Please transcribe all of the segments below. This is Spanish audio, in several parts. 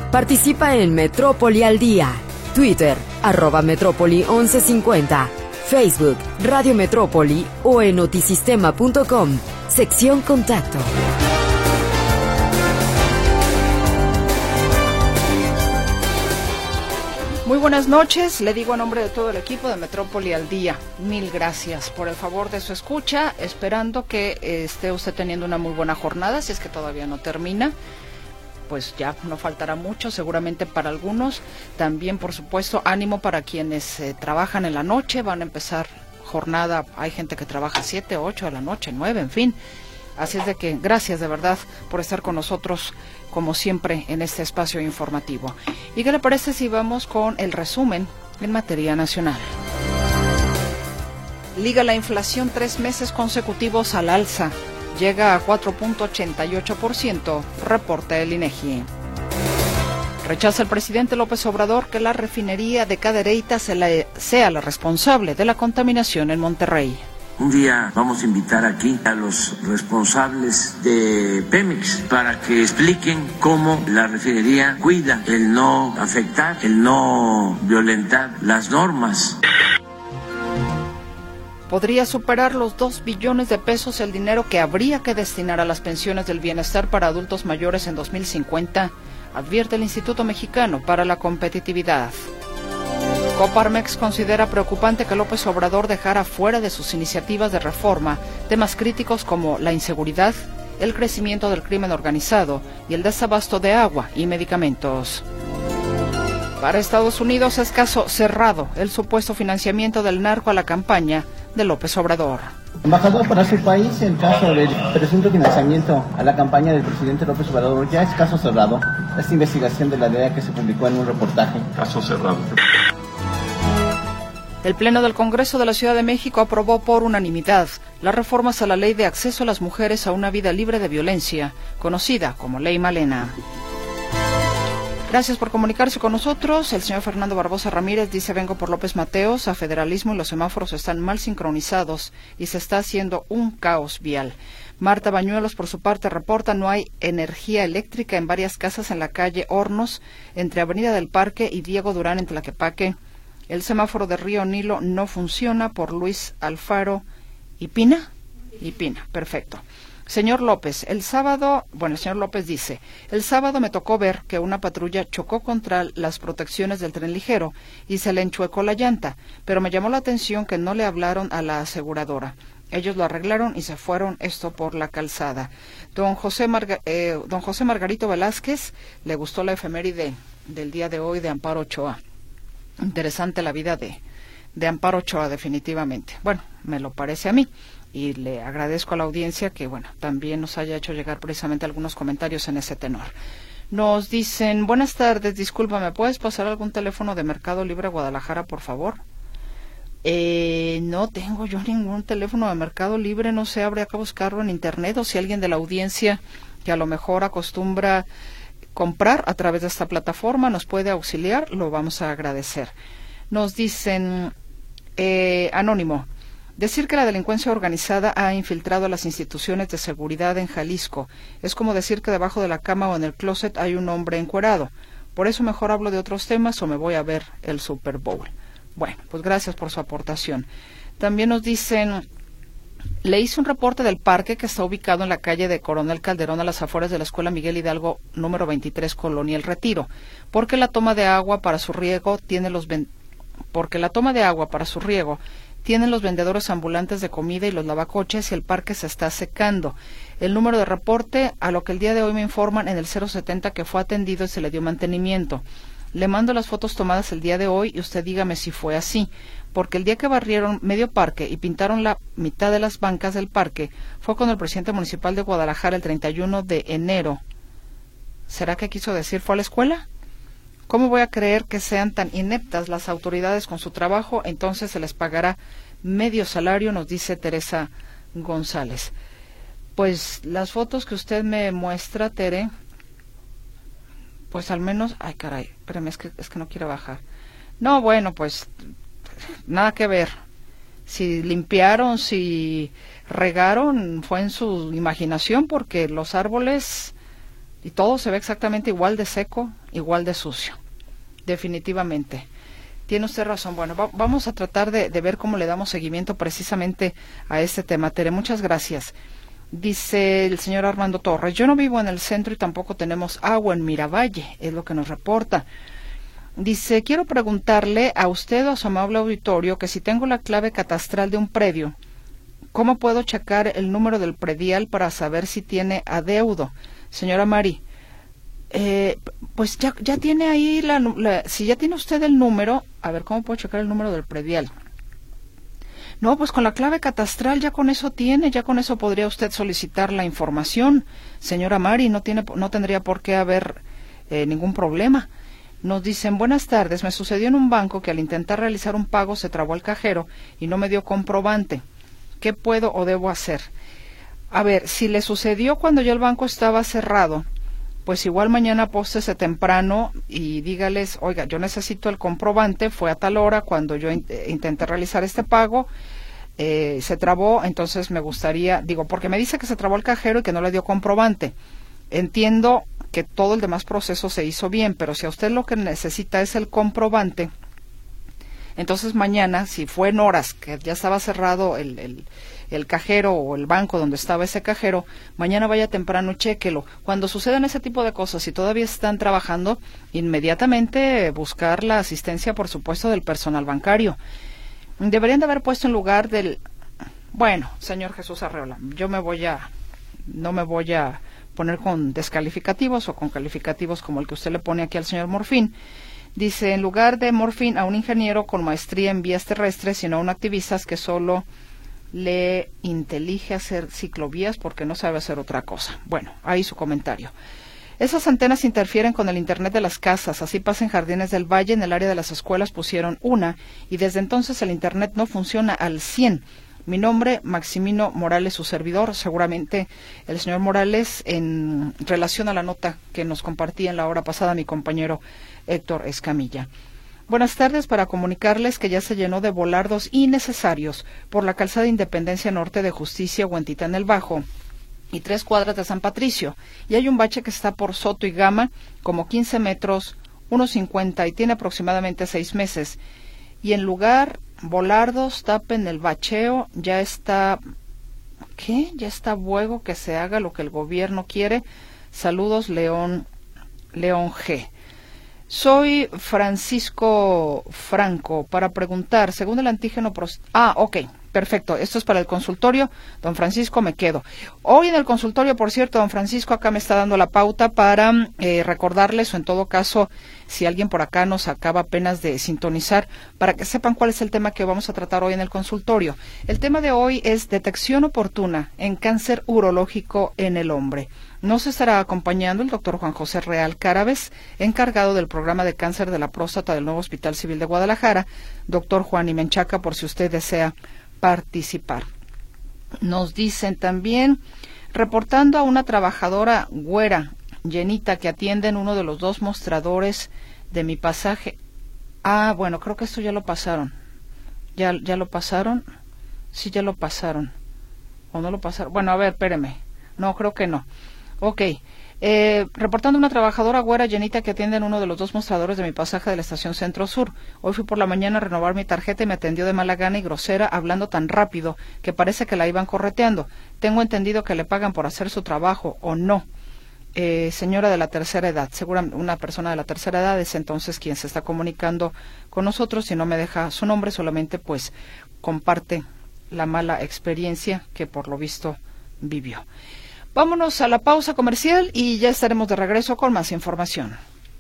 Participa en Metrópoli al Día. Twitter, @Metrópoli1150. Facebook, Radio Metrópoli o en notisistema.com. Sección Contacto. Muy buenas noches, le digo a nombre de todo el equipo de Metrópoli al Día, mil gracias por el favor de su escucha, esperando que esté usted teniendo una muy buena jornada, si es que todavía no termina, pues ya no faltará mucho, seguramente para algunos, también por supuesto ánimo para quienes trabajan en la noche, van a empezar jornada, hay gente que trabaja 7, 8 de la noche, 9, en fin, así es de que gracias de verdad por estar con nosotros como siempre en este espacio informativo. ¿Y qué le parece si vamos con el resumen en materia nacional? Liga la inflación 3 meses consecutivos al alza. Llega a 4.88%, reporta el INEGI. Rechaza el presidente López Obrador que la refinería de Cadereyta sea la responsable de la contaminación en Monterrey. Un día vamos a invitar aquí a los responsables de Pemex para que expliquen cómo la refinería cuida el no afectar, el no violentar las normas. Podría superar los 2 billones de pesos el dinero que habría que destinar a las pensiones del bienestar para adultos mayores en 2050, advierte el Instituto Mexicano para la Competitividad. Coparmex considera preocupante que López Obrador dejara fuera de sus iniciativas de reforma temas críticos como la inseguridad, el crecimiento del crimen organizado y el desabasto de agua y medicamentos. Para Estados Unidos es caso cerrado el supuesto financiamiento del narco a la campaña de López Obrador. Embajador, para su país, el caso del presunto financiamiento a la campaña del presidente López Obrador ya es caso cerrado. Esta investigación de la DEA que se publicó en un reportaje. Caso cerrado. El Pleno del Congreso de la Ciudad de México aprobó por unanimidad las reformas a la Ley de Acceso a las Mujeres a una Vida Libre de Violencia, conocida como Ley Malena. Gracias por comunicarse con nosotros. El señor Fernando Barbosa Ramírez dice: vengo por López Mateos, a federalismo y los semáforos están mal sincronizados y se está haciendo un caos vial. Marta Bañuelos, por su parte, reporta: no hay energía eléctrica en varias casas en la calle Hornos, entre Avenida del Parque y Diego Durán en Tlaquepaque. El semáforo de Río Nilo no funciona, por Luis Alfaro y Pina. Perfecto. Señor López, el señor López dice: el sábado me tocó ver que una patrulla chocó contra las protecciones del tren ligero y se le enchuecó la llanta, pero me llamó la atención que no le hablaron a la aseguradora. Ellos lo arreglaron y se fueron, esto por la calzada. Don José Margarito Velázquez, le gustó la efeméride del día de hoy de Amparo Ochoa. Interesante la vida de Amparo Ochoa, definitivamente. Bueno, me lo parece a mí. Y le agradezco a la audiencia que, también nos haya hecho llegar precisamente algunos comentarios en ese tenor. Nos dicen: buenas tardes, disculpa, ¿me puedes pasar algún teléfono de Mercado Libre Guadalajara, por favor? No tengo yo ningún teléfono de Mercado Libre, no sé, habría que buscarlo en internet, o si alguien de la audiencia que a lo mejor acostumbra comprar a través de esta plataforma nos puede auxiliar, lo vamos a agradecer. Nos dicen, anónimo: decir que la delincuencia organizada ha infiltrado a las instituciones de seguridad en Jalisco es como decir que debajo de la cama o en el closet hay un hombre encuerado. Por eso mejor hablo de otros temas o me voy a ver el Super Bowl. Bueno, pues gracias por su aportación. También nos dicen: le hice un reporte del parque que está ubicado en la calle de Coronel Calderón, a las afueras de la Escuela Miguel Hidalgo, número 23, Colonia El Retiro, porque la toma de agua para su riego tienen los vendedores ambulantes de comida y los lavacoches y el parque se está secando. El número de reporte, a lo que el día de hoy me informan, en el 070 que fue atendido y se le dio mantenimiento. Le mando las fotos tomadas el día de hoy y usted dígame si fue así, porque el día que barrieron medio parque y pintaron la mitad de las bancas del parque fue cuando el presidente municipal de Guadalajara, el 31 de enero. ¿Será que quiso decir fue a la escuela? ¿Cómo voy a creer que sean tan ineptas las autoridades con su trabajo? Entonces se les pagará medio salario, nos dice Teresa González. Pues las fotos que usted me muestra, Tere, pues al menos... Ay, caray, espérame, es que no quiero bajar. No, bueno, pues nada que ver. Si limpiaron, si regaron, fue en su imaginación, porque los árboles Y todo se ve exactamente igual de seco, igual de sucio. Definitivamente. Tiene usted razón. Bueno, vamos a tratar de ver cómo le damos seguimiento precisamente a este tema. Tere, muchas gracias. Dice el señor Armando Torres, yo no vivo en el centro y tampoco tenemos agua en Miravalle, es lo que nos reporta. Dice, quiero preguntarle a usted o a su amable auditorio que si tengo la clave catastral de un predio, ¿cómo puedo checar el número del predial para saber si tiene adeudo? Señora Mari, pues ya tiene ahí si ya tiene usted el número, a ver, ¿cómo puedo checar el número del predial? No, pues con la clave catastral ya con eso ya con eso podría usted solicitar la información. Señora Mari, no tendría por qué haber ningún problema. Nos dicen, buenas tardes, me sucedió en un banco que al intentar realizar un pago se trabó el cajero y no me dio comprobante. ¿Qué puedo o debo hacer? A ver, si le sucedió cuando ya el banco estaba cerrado, pues igual mañana apóstese temprano y dígales, oiga, yo necesito el comprobante, fue a tal hora cuando yo intenté realizar este pago, se trabó, entonces me gustaría, porque me dice que se trabó el cajero y que no le dio comprobante. Entiendo que todo el demás proceso se hizo bien, pero si a usted lo que necesita es el comprobante, entonces mañana, si fue en horas que ya estaba cerrado el cajero o el banco donde estaba ese cajero, mañana vaya temprano y chéquelo. Cuando suceden ese tipo de cosas y todavía están trabajando, inmediatamente buscar la asistencia, por supuesto, del personal bancario. Deberían de haber puesto en lugar bueno, señor Jesús Arreola, no me voy a poner con descalificativos o con calificativos como el que usted le pone aquí al señor Morfín. Dice, en lugar de Morfín, a un ingeniero con maestría en vías terrestres, sino a un activista que solo le intelige hacer ciclovías porque no sabe hacer otra cosa. Bueno, ahí su comentario. Esas antenas interfieren con el internet de las casas, así pasa en Jardines del Valle, en el área de las escuelas pusieron una, y desde entonces el internet no funciona al 100%. Mi nombre, Maximino Morales, su servidor, seguramente el señor Morales, en relación a la nota que nos compartía en la hora pasada mi compañero Héctor Escamilla. Buenas tardes, para comunicarles que ya se llenó de volardos innecesarios por la calzada Independencia Norte de Justicia, Huentitán el Bajo, y 3 cuadras de San Patricio, y hay un bache que está por Soto y Gama, como 15 metros, 1.50, y tiene aproximadamente 6 meses, y en lugar volardos, tapen el bacheo, ya está buego que se haga lo que el gobierno quiere. Saludos, León G. Soy Francisco Franco, para preguntar, según el antígeno... ok, perfecto, esto es para el consultorio. Don Francisco, me quedo. Hoy en el consultorio, por cierto, don Francisco acá me está dando la pauta para recordarles, o en todo caso, si alguien por acá nos acaba apenas de sintonizar, para que sepan cuál es el tema que vamos a tratar hoy en el consultorio. El tema de hoy es detección oportuna en cáncer urológico en el hombre. Nos estará acompañando el doctor Juan José Real Cárabes, encargado del programa de cáncer de la próstata del nuevo Hospital Civil de Guadalajara. Doctor Juan Imenchaca, por si usted desea participar. Nos dicen también, reportando a una trabajadora güera, llenita, que atiende en uno de los 2 mostradores de mi pasaje. Bueno, creo que esto ya lo pasaron. ¿Ya lo pasaron? Sí, ya lo pasaron. ¿O no lo pasaron? Bueno, a ver, espéreme. No, creo que no. Ok. Reportando una trabajadora güera llenita que atiende en uno de los 2 mostradores de mi pasaje de la estación Centro Sur. Hoy fui por la mañana a renovar mi tarjeta y me atendió de mala gana y grosera, hablando tan rápido que parece que la iban correteando. Tengo entendido que le pagan por hacer su trabajo, ¿o no? Señora de la tercera edad, seguramente una persona de la tercera edad es entonces quien se está comunicando con nosotros. Si no me deja su nombre, solamente pues comparte la mala experiencia que por lo visto vivió. Vámonos a la pausa comercial y ya estaremos de regreso con más información.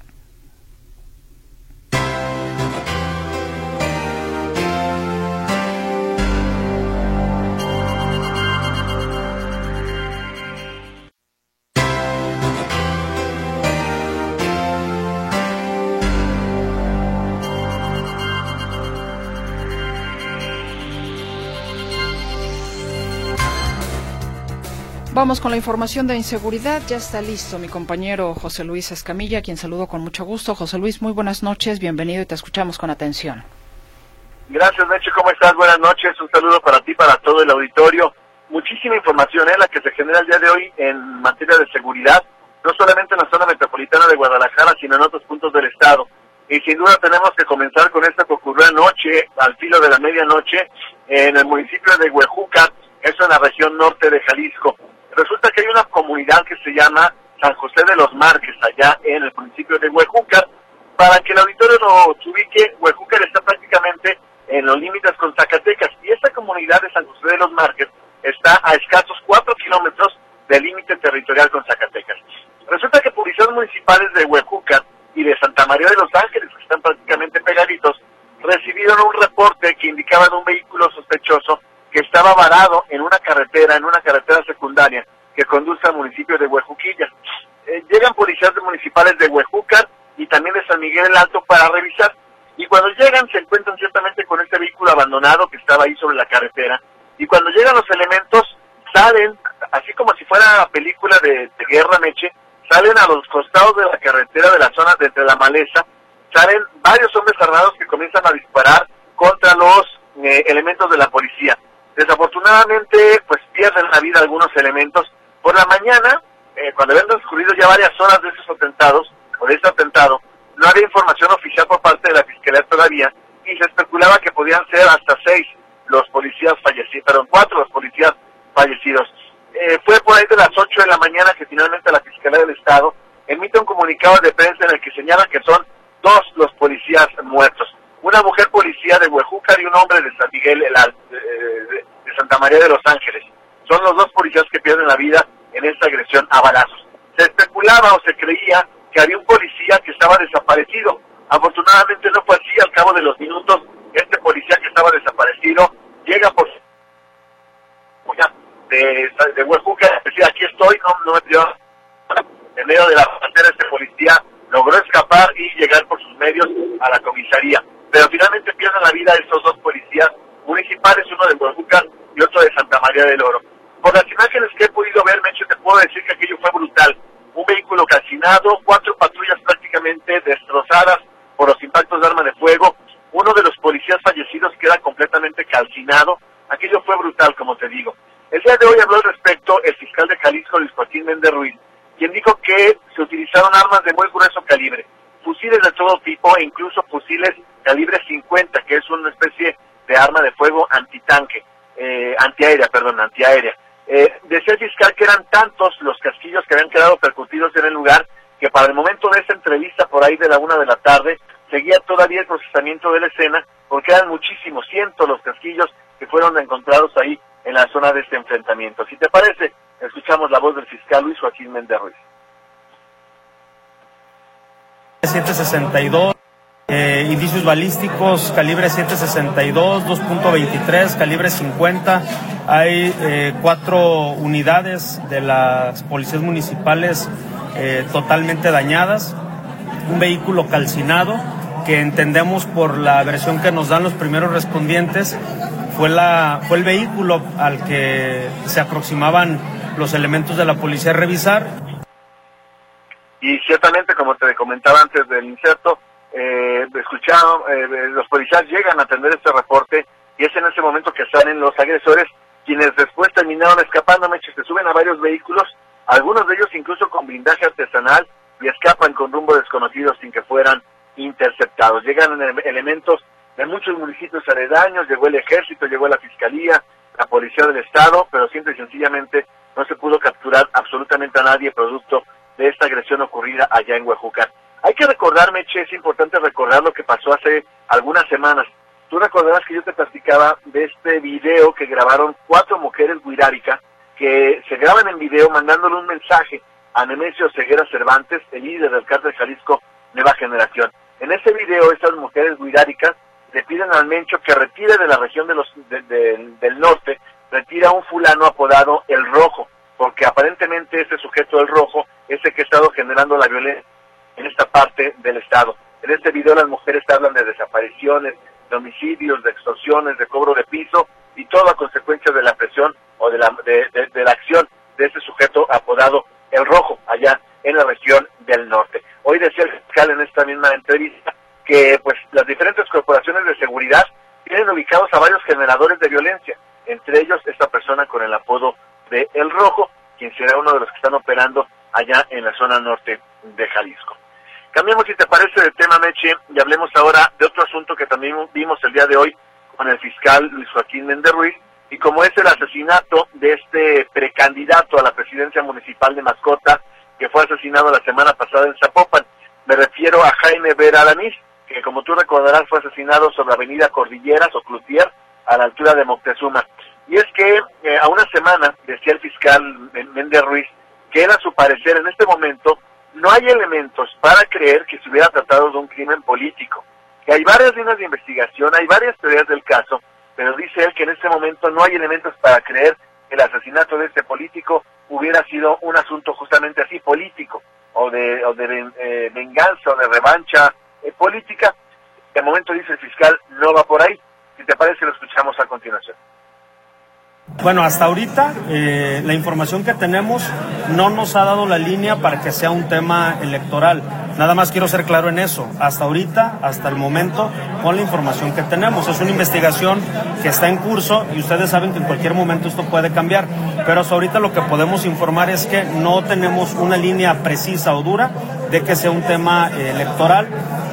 Vamos con la información de inseguridad. Ya está listo mi compañero José Luis Escamilla, a quien saludo con mucho gusto. José Luis, muy buenas noches, bienvenido y te escuchamos con atención. Gracias, Meche, ¿cómo estás? Buenas noches, un saludo para ti, para todo el auditorio. Muchísima información la que se genera el día de hoy en materia de seguridad. no solamente en la zona metropolitana de Guadalajara, sino en otros puntos del estado. Y sin duda tenemos que comenzar con esto que ocurrió anoche, al filo de la medianoche, en el municipio de Huejúcar, eso en la región norte de Jalisco. Resulta que hay una comunidad que se llama San José de los Márquez, allá en el municipio de Huejúcar. Para que el auditorio lo ubique, Huejúcar está prácticamente en los límites con Zacatecas, y esta comunidad de San José de los Márquez está a escasos 4 kilómetros del límite territorial con Zacatecas. Resulta que policías municipales de Huejúcar y de Santa María de los Ángeles, que están prácticamente pegaditos, recibieron un reporte que indicaba de un vehículo sospechoso que estaba varado en una carretera secundaria que conduce al municipio de Huejuquilla. Llegan policías municipales de Huejúcar y también de San Miguel el Alto para revisar, y cuando llegan se encuentran ciertamente con este vehículo abandonado que estaba ahí sobre la carretera, y cuando llegan los elementos salen, así como si fuera película de guerra, Meche, salen a los costados de la carretera de la zona de entre la maleza, salen varios hombres armados que comienzan a disparar contra los elementos de la policía. Desafortunadamente, pues pierden la vida algunos elementos. Por la mañana, cuando habían transcurrido ya varias horas de esos atentados, o de este atentado, no había información oficial por parte de la Fiscalía todavía, y se especulaba que podían ser hasta 6 los policías fallecidos, perdón, 4 los policías fallecidos. Fue por ahí de las 8 de la mañana que finalmente la Fiscalía del Estado emite un comunicado de prensa en el que señala que son 2 los policías muertos, una mujer policía de Huejúcar y un hombre de San Miguel de Santa María de los Ángeles. Son los 2 policías que pierden la vida en esta agresión a balazos. Se especulaba o se creía que había un policía que estaba desaparecido. Afortunadamente no fue así. Al cabo de los minutos, este policía que estaba desaparecido llega por de Huejúcar, decía, aquí estoy, no me pidió. En medio de la frontera, este policía logró escapar y llegar por sus medios a la comisaría. Pero finalmente pierden la vida estos 2 policías municipales, uno de Huejúcar y otro de Santa María del Oro. Por las imágenes que he podido ver, Mecho, te puedo decir que aquello fue brutal. Un vehículo calcinado, 4 patrullas prácticamente destrozadas por los impactos de arma de fuego, uno de los policías fallecidos queda completamente calcinado. Aquello fue brutal, como te digo. El día de hoy habló al respecto el fiscal de Jalisco, Luis Joaquín Méndez Ruiz, quien dijo que se utilizaron armas de muy grueso calibre, fusiles de todo tipo e incluso fusiles calibre 50, que es una especie de arma de fuego antiaérea. Decía el fiscal que eran tantos los casquillos que habían quedado percutidos en el lugar, que para el momento de esta entrevista, por ahí de la 1 de la tarde, seguía todavía el procesamiento de la escena, porque eran muchísimos, cientos los casquillos que fueron encontrados ahí en la zona de este enfrentamiento. Si te parece, escuchamos la voz del fiscal Luis Joaquín Méndez Ruiz. 762, indicios balísticos, calibre 762, 2.23, calibre 50. Hay 4 unidades de las policías municipales totalmente dañadas. Un vehículo calcinado, que entendemos por la versión que nos dan los primeros respondientes, fue el vehículo al que se aproximaban los elementos de la policía a revisar. Y ciertamente, como te comentaba antes del inserto, los policías llegan a atender este reporte, y es en ese momento que salen los agresores, quienes después terminaron escapando. Se suben a varios vehículos, algunos de ellos incluso con blindaje artesanal, y escapan con rumbo desconocido sin que fueran interceptados. Llegan elementos de muchos municipios aledaños, llegó el ejército, llegó la fiscalía, la policía del estado, pero simple y sencillamente no se pudo capturar absolutamente a nadie producto de esta agresión ocurrida allá en Huejúcar. Hay que recordar, Meche, es importante recordar lo que pasó hace algunas semanas. Tú recordarás que yo te platicaba de este video que grabaron 4 mujeres wixárica, que se graban en video mandándole un mensaje a Nemesio Ceguera Cervantes, el líder del Cártel Jalisco Nueva Generación. En ese video, estas mujeres wixáricas le piden al Mencho que retire de la región del norte, retira a un fulano apodado El Rojo, porque aparentemente ese sujeto El Rojo es el que ha estado generando la violencia en esta parte del estado. En este video las mujeres hablan de desapariciones, de homicidios, de extorsiones, de cobro de piso, y todo a consecuencia de la presión o de la acción de ese sujeto apodado El Rojo, allá en la región del norte. Hoy decía el fiscal en esta misma entrevista que pues las diferentes corporaciones de seguridad tienen ubicados a varios generadores de violencia, entre ellos esta persona con el apodo de El Rojo, quien será uno de los que están operando allá en la zona norte de Jalisco. Cambiemos, si te parece, de tema, Meche, y hablemos ahora de otro asunto que también vimos el día de hoy con el fiscal Luis Joaquín Méndez Ruiz, y como es el asesinato de este precandidato a la presidencia municipal de Mascota, que fue asesinado la semana pasada en Zapopan. Me refiero a Jaime Vera Alanís, que como tú recordarás fue asesinado sobre Avenida Cordilleras o Cloutier, a la altura de Moctezuma. Y es que a una semana, decía el fiscal Méndez Ruiz, que él, a su parecer, en este momento, no hay elementos para creer que se hubiera tratado de un crimen político, que hay varias líneas de investigación, hay varias teorías del caso, pero dice él que en este momento no hay elementos para creer que el asesinato de este político hubiera sido un asunto justamente así político, o de venganza o de revancha política. De momento, dice el fiscal, no va por ahí. Si te parece, lo escuchamos a continuación. Bueno, hasta ahorita la información que tenemos no nos ha dado la línea para que sea un tema electoral. Nada más quiero ser claro en eso. Hasta ahorita, hasta el momento, con la información que tenemos. Es una investigación que está en curso y ustedes saben que en cualquier momento esto puede cambiar. Pero hasta ahorita lo que podemos informar es que no tenemos una línea precisa o dura de que sea un tema electoral.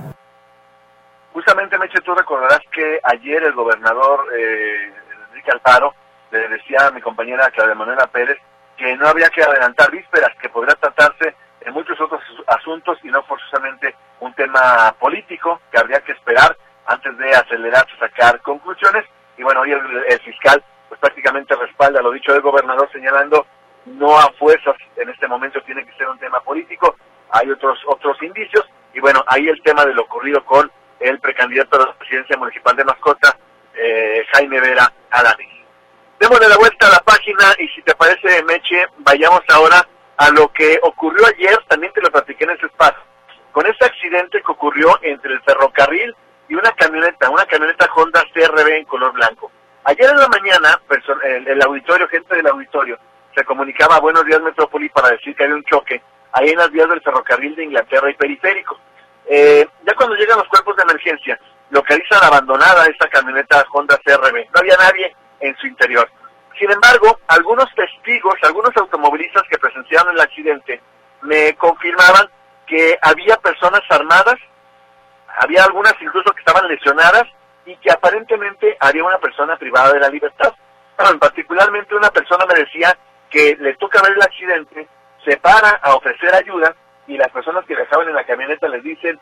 Justamente, Meche, tú recordarás que ayer el gobernador Enrique Alfaro le decía a mi compañera Claudia Manuela Pérez que no habría que adelantar vísperas, que podría tratarse de muchos otros asuntos y no forzosamente un tema político, que habría que esperar antes de acelerarse a sacar conclusiones. Y bueno, hoy el fiscal pues prácticamente respalda lo dicho del gobernador, señalando no a fuerzas en este momento tiene que ser un tema político, hay otros indicios. Y bueno, ahí el tema de lo ocurrido con el precandidato a la presidencia municipal de Mascota, Jaime Vera Alanís. Démosle la vuelta a la página y, si te parece, Meche, vayamos ahora a lo que ocurrió ayer. También te lo platiqué en ese espacio, con este accidente que ocurrió entre el ferrocarril y una camioneta Honda CRV en color blanco. Ayer en la mañana, el auditorio, gente del auditorio, se comunicaba a Buenos Días Metrópoli para decir que había un choque ahí en las vías del ferrocarril de Inglaterra y Periférico. Ya cuando llegan los cuerpos de emergencia, localizan abandonada esta camioneta Honda CRV. No había nadie en su interior. Sin embargo, algunos testigos, algunos automovilistas que presenciaron el accidente, me confirmaban que había personas armadas, había algunas incluso que estaban lesionadas, y que aparentemente había una persona privada de la libertad. Particularmente una persona me decía que le toca ver el accidente, se para a ofrecer ayuda, y las personas que viajaban en la camioneta les dicen,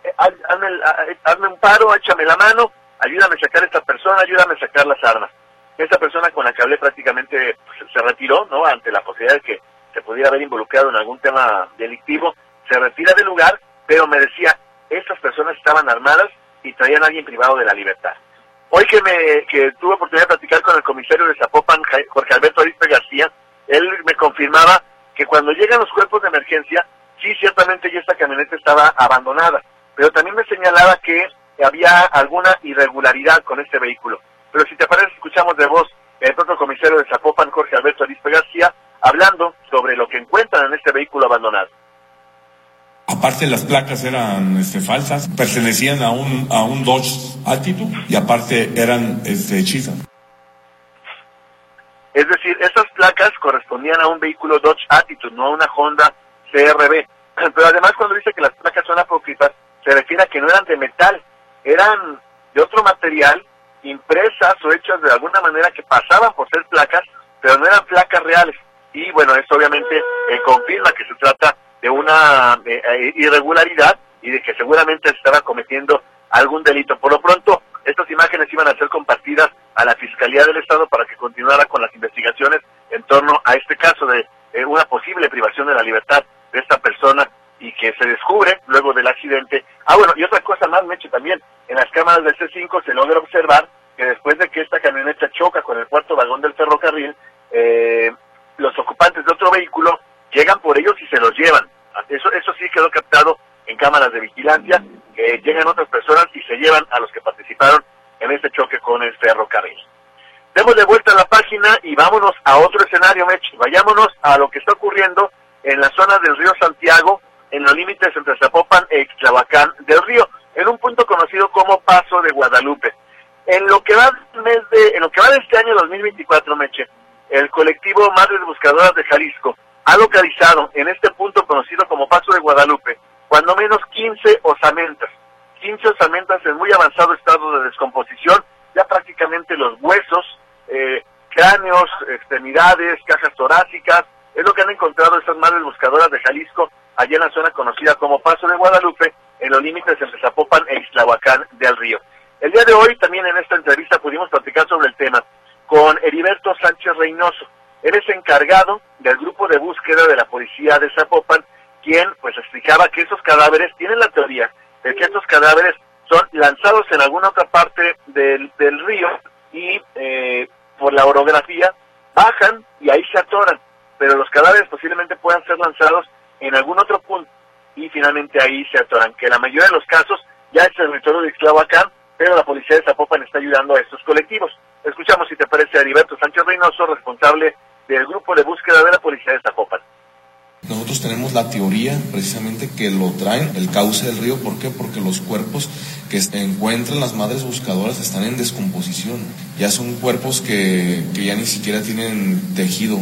hazme un paro, échame la mano, ayúdame a sacar a esta persona, ayúdame a sacar las armas. Esta persona con la que hablé prácticamente se retiró, ¿no?, ante la posibilidad de que se pudiera haber involucrado en algún tema delictivo, se retira del lugar, pero me decía, estas personas estaban armadas y traían a alguien privado de la libertad. Hoy que tuve oportunidad de platicar con el comisario de Zapopan, Jorge Alberto Arispe García, él me confirmaba que cuando llegan los cuerpos de emergencia, sí, ciertamente ya esta camioneta estaba abandonada, pero también me señalaba que había alguna irregularidad con este vehículo. Pero si te parece, escuchamos de voz el propio comisario de Zapopan, Jorge Alberto Arispe García, hablando sobre lo que encuentran en este vehículo abandonado. Aparte, las placas eran falsas, pertenecían a un Dodge Attitude y aparte eran hechizas. Es decir, esas placas correspondían a un vehículo Dodge Attitude, no a una Honda CRV. Pero además, cuando dice que las placas son apócrifas, se refiere a que no eran de metal, eran de otro material, impresas o hechas de alguna manera que pasaban por ser placas, pero no eran placas reales. Y bueno, eso obviamente confirma que se trata de una irregularidad y de que seguramente se estaba cometiendo algún delito. Por lo pronto, estas imágenes iban a ser compartidas a la Fiscalía del Estado para que continuara con las investigaciones en torno a este caso de una posible privación de la libertad de esta persona, y que se descubre luego del accidente. Bueno, y otra cosa más, Meche, también en las cámaras del C5 se logra observar que después de que esta camioneta choca con el cuarto vagón del ferrocarril, los ocupantes de otro vehículo llegan por ellos y se los llevan. Eso sí quedó captado en cámaras de vigilancia, que llegan otras personas y se llevan a los que participaron en este choque con el ferrocarril. Demos de vuelta a la página y vámonos a otro escenario, Meche. Vayámonos a lo que está ocurriendo en la zona del río Santiago, en los límites entre Zapopan e Ixtlahuacán del Río, en un punto conocido como Paso de Guadalupe. En lo que va de este año 2024, Meche, el colectivo Madres Buscadoras de Jalisco ha localizado en este punto conocido como Paso de Guadalupe cuando menos 15 osamentas en muy avanzado estado de descomposición, ya prácticamente los huesos, cráneos, extremidades, cajas torácicas, es lo que han encontrado estas madres buscadoras de Jalisco, allá en la zona conocida como Paso de Guadalupe, en los límites entre Zapopan e Ixtlahuacán del Río. El día de hoy, también en esta entrevista, pudimos platicar sobre el tema con Heriberto Sánchez Reynoso. Él es encargado del grupo de búsqueda de la policía de Zapopan, quien pues explicaba que esos cadáveres, tienen la teoría de que estos cadáveres son lanzados en alguna otra parte del río y por la orografía bajan y ahí se atoran, pero los cadáveres posiblemente puedan ser lanzados en algún otro punto y finalmente ahí se atoran, que la mayoría de los casos ya es el territorio de Ixtlahuacán, pero la policía de Zapopan está ayudando a estos colectivos. Escuchamos, si te parece, a Heriberto Sánchez Reynoso, responsable del grupo de búsqueda de la policía de Zapopan. Nosotros tenemos la teoría precisamente que lo traen el cauce del río. ¿Por qué? Porque los cuerpos que encuentran las madres buscadoras están en descomposición. Ya son cuerpos que ya ni siquiera tienen tejido.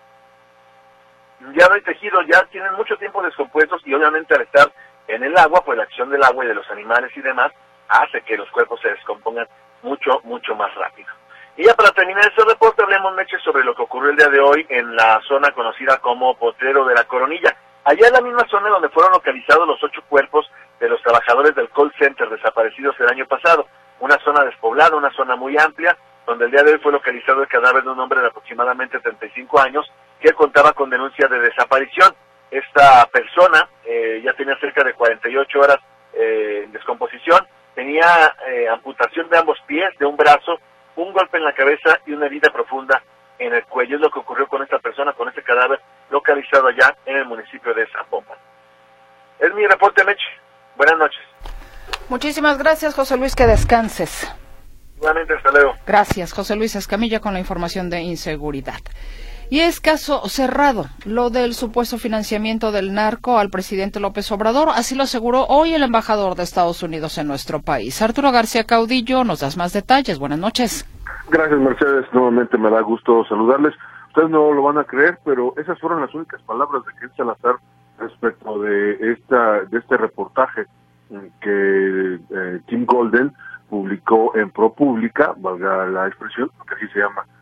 Ya no hay tejido, ya tienen mucho tiempo descompuestos y obviamente al estar en el agua, pues la acción del agua y de los animales y demás hace que los cuerpos se descompongan mucho más rápido. Y ya para terminar este reporte, hablemos, Meche, sobre lo que ocurrió el día de hoy en la zona conocida como Potrero de la Coronilla. Allá en la misma zona donde fueron localizados los 8 cuerpos de los trabajadores del call center desaparecidos el año pasado. Una zona despoblada, una zona muy amplia, donde el día de hoy fue localizado el cadáver de un hombre de aproximadamente 35 años que contaba con denuncia de desaparición. Esta persona ya tenía cerca de 48 horas en descomposición, tenía amputación de ambos pies, de un brazo, un golpe en la cabeza y una herida profunda en el cuello. Es lo que ocurrió con esta persona, con este cadáver localizado allá en el municipio de Zapopan. Es mi reporte, Meche. Buenas noches. Muchísimas gracias, José Luis, que descanses. Igualmente, hasta luego. Gracias, José Luis Escamilla, con la información de inseguridad. Y es caso cerrado lo del supuesto financiamiento del narco al presidente López Obrador, así lo aseguró hoy el embajador de Estados Unidos en nuestro país. Arturo García Caudillo, nos das más detalles. Buenas noches. Gracias, Mercedes. Nuevamente me da gusto saludarles. Ustedes no lo van a creer, pero esas fueron las únicas palabras de Ken Salazar respecto de este reportaje que Tim Golden publicó en ProPublica, valga la expresión, porque así se llama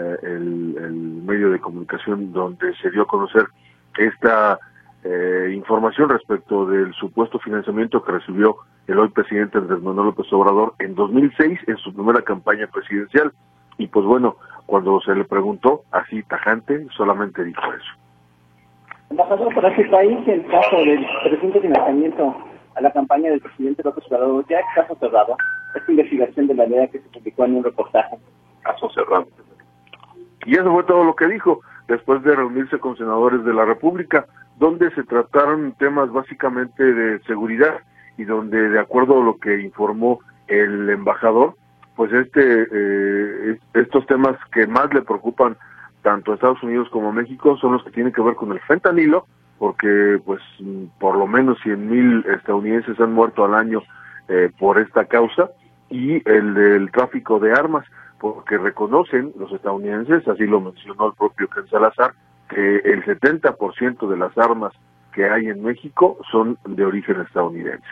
el medio de comunicación donde se dio a conocer esta información respecto del supuesto financiamiento que recibió el hoy presidente Andrés Manuel López Obrador en 2006 en su primera campaña presidencial. Y pues bueno, cuando se le preguntó así tajante, solamente dijo eso. Embajador, para este país el caso del presunto financiamiento a la campaña del presidente López Obrador ya es caso cerrado. Esta investigación de la DEA que se publicó en un reportaje. Caso cerrado. Y eso fue todo lo que dijo, después de reunirse con senadores de la República, donde se trataron temas básicamente de seguridad y donde, de acuerdo a lo que informó el embajador, pues estos temas que más le preocupan tanto a Estados Unidos como a México son los que tienen que ver con el fentanilo, porque pues por lo menos 100,000 estadounidenses han muerto al año por esta causa, y el del tráfico de armas, porque reconocen los estadounidenses, así lo mencionó el propio Ken Salazar, que el 70% de las armas que hay en México son de origen estadounidense.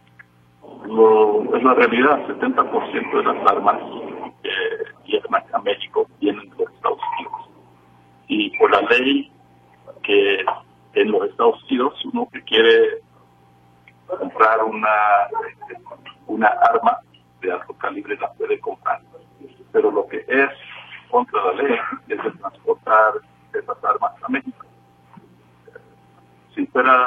Es la realidad, 70% de las armas que llegan a México vienen de los Estados Unidos. Y por la ley que en los Estados Unidos uno que quiere comprar una arma de alto calibre la puede comprar. Pero lo que es contra la ley es el transportar esas armas a México. Si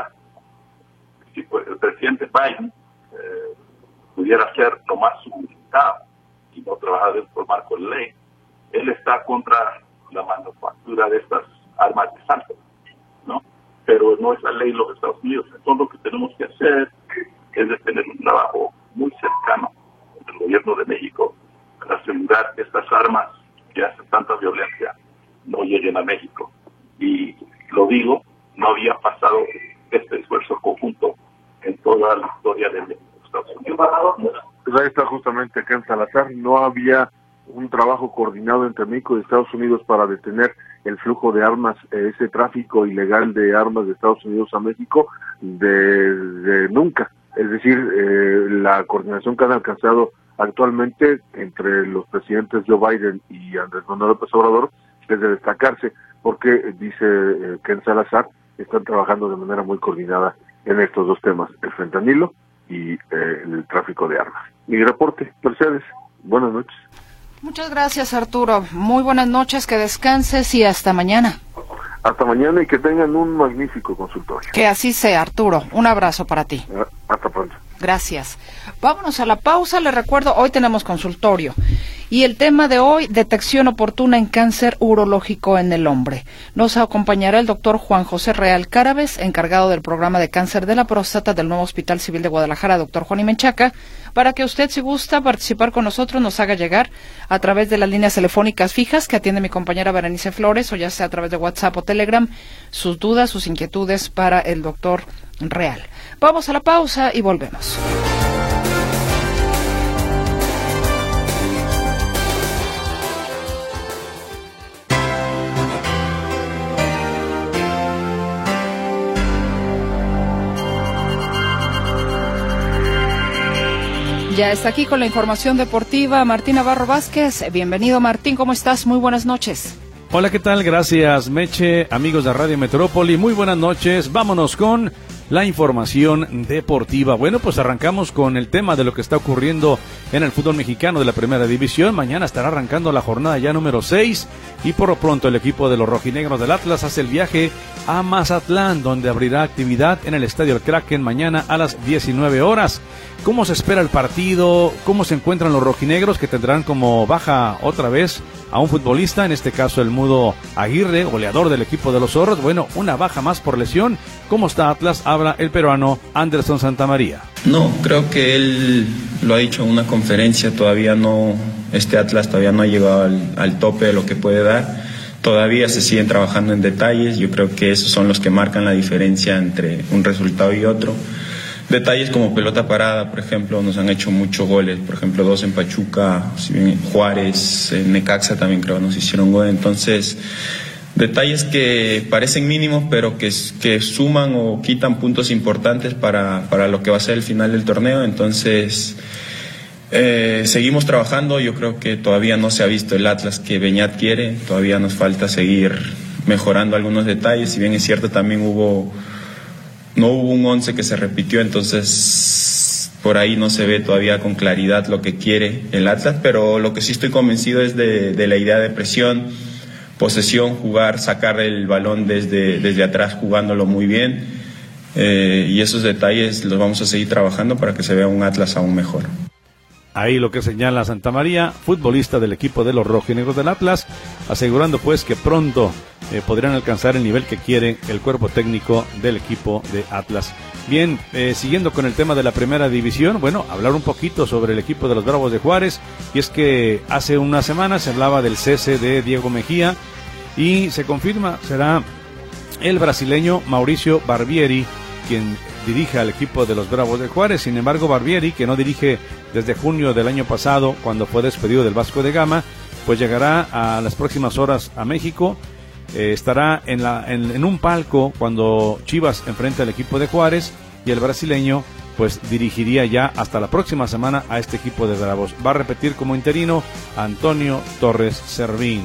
el presidente Biden pudiera hacer nomás su voluntad y no trabajar dentro del marco de ley, él está contra la manufactura de estas armas de asalto, ¿no? Pero no es la ley de los Estados Unidos. Entonces lo que tenemos que hacer es de tener un trabajo muy cercano entre el gobierno de México para asegurar que estas armas que hacen tanta violencia no lleguen a México. Y lo digo, no había pasado este esfuerzo conjunto en toda la historia de México. Pues ahí está justamente Ken Salazar. No había un trabajo coordinado entre México y Estados Unidos para detener el el flujo de armas, ese tráfico ilegal de armas de Estados Unidos a México de nunca. Es decir, la coordinación que han alcanzado actualmente entre los presidentes Joe Biden y Andrés Manuel López Obrador es de destacarse, porque dice Ken Salazar, están trabajando de manera muy coordinada en estos dos temas, el fentanilo y el tráfico de armas. Mi reporte, Mercedes, buenas noches. Muchas gracias, Arturo. Muy buenas noches, que descanses y hasta mañana. Hasta mañana y que tengan un magnífico consultorio. Que así sea, Arturo. Un abrazo para ti. Hasta pronto. Gracias. Vámonos a la pausa. Les recuerdo, hoy tenemos consultorio. Y el tema de hoy, detección oportuna en cáncer urológico en el hombre. Nos acompañará el doctor Juan José Real Cárabes, encargado del programa de cáncer de la próstata del nuevo Hospital Civil de Guadalajara, doctor Juan Menchaca, para que usted, si gusta participar con nosotros, nos haga llegar a través de las líneas telefónicas fijas que atiende mi compañera Berenice Flores, o ya sea a través de WhatsApp o Telegram, sus dudas, sus inquietudes para el doctor Real. Vamos a la pausa y volvemos. Ya está aquí con la información deportiva Martín Navarro Vázquez. Bienvenido, Martín, ¿cómo estás? Muy buenas noches. Hola, ¿qué tal? Gracias, Meche, amigos de Radio Metrópoli. Muy buenas noches. Vámonos con la información deportiva. Bueno, pues arrancamos con el tema de lo que está ocurriendo en el fútbol mexicano de la Primera División. Mañana estará arrancando la jornada ya número 6 y por lo pronto el equipo de los rojinegros del Atlas hace el viaje a Mazatlán, donde abrirá actividad en el Estadio El Kraken mañana a las 19 horas. ¿Cómo se espera el partido? ¿Cómo se encuentran los rojinegros, que tendrán como baja otra vez a un futbolista, en este caso el Mudo Aguirre, goleador del equipo de los Zorros? Bueno, una baja más por lesión. ¿Cómo está Atlas? Habla el peruano Anderson Santamaría. No, creo que él lo ha dicho en una conferencia, todavía no, Atlas todavía no ha llegado al tope de lo que puede dar. Todavía se siguen trabajando en detalles, yo creo que esos son los que marcan la diferencia entre un resultado y otro. Detalles como pelota parada, por ejemplo, nos han hecho muchos goles, por ejemplo 2 en Pachuca, Juárez, en Necaxa también creo nos hicieron gol, entonces detalles que parecen mínimos pero que suman o quitan puntos importantes para lo que va a ser el final del torneo, entonces seguimos trabajando, yo creo que todavía no se ha visto el Atlas que Beñat quiere, todavía nos falta seguir mejorando algunos detalles, si bien es cierto también no hubo un 11 que se repitió, entonces por ahí no se ve todavía con claridad lo que quiere el Atlas, pero lo que sí estoy convencido es de la idea de presión, posesión, jugar, sacar el balón desde atrás jugándolo muy bien, y esos detalles los vamos a seguir trabajando para que se vea un Atlas aún mejor. Ahí lo que señala Santamaría, futbolista del equipo de los rojinegros del Atlas, asegurando pues que pronto podrán alcanzar el nivel que quiere el cuerpo técnico del equipo de Atlas. Bien, siguiendo con el tema de la Primera División, bueno, hablar un poquito sobre el equipo de los Bravos de Juárez, y es que hace una semana se hablaba del cese de Diego Mejía, y se confirma, será el brasileño Mauricio Barbieri quien dirige al equipo de los Bravos de Juárez. Sin embargo, Barbieri, que no dirige desde junio del año pasado, cuando fue despedido del Vasco de Gama, pues llegará a las próximas horas a México. Estará en un palco cuando Chivas enfrenta al equipo de Juárez, y el brasileño pues dirigiría ya hasta la próxima semana a este equipo de Bravos. Va a repetir como interino Antonio Torres Servín.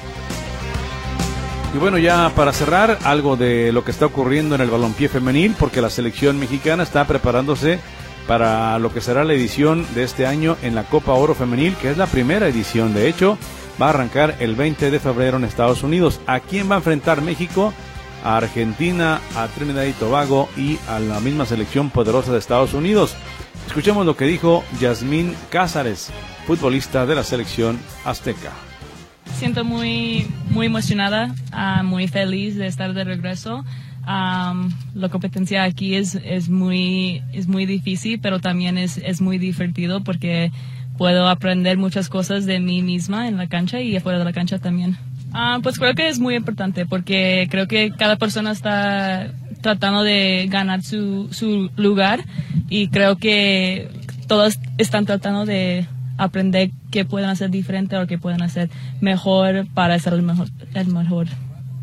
Y bueno, ya para cerrar, algo de lo que está ocurriendo en el balompié femenil, porque la selección mexicana está preparándose para lo que será la edición de este año en la Copa Oro Femenil, que es la primera edición. De hecho, va a arrancar el 20 de febrero en Estados Unidos. ¿A quién va a enfrentar México? A Argentina, a Trinidad y Tobago y a la misma selección poderosa de Estados Unidos. Escuchemos lo que dijo Yasmín Cázares, futbolista de la selección azteca. Siento muy emocionada, muy feliz de estar de regreso. La competencia aquí es muy difícil, pero también es muy divertido porque puedo aprender muchas cosas de mí misma en la cancha y afuera de la cancha también. Pues creo que es muy importante porque creo que cada persona está tratando de ganar su lugar, y creo que todos están tratando de aprender qué pueden hacer diferente o qué pueden hacer mejor para ser el mejor.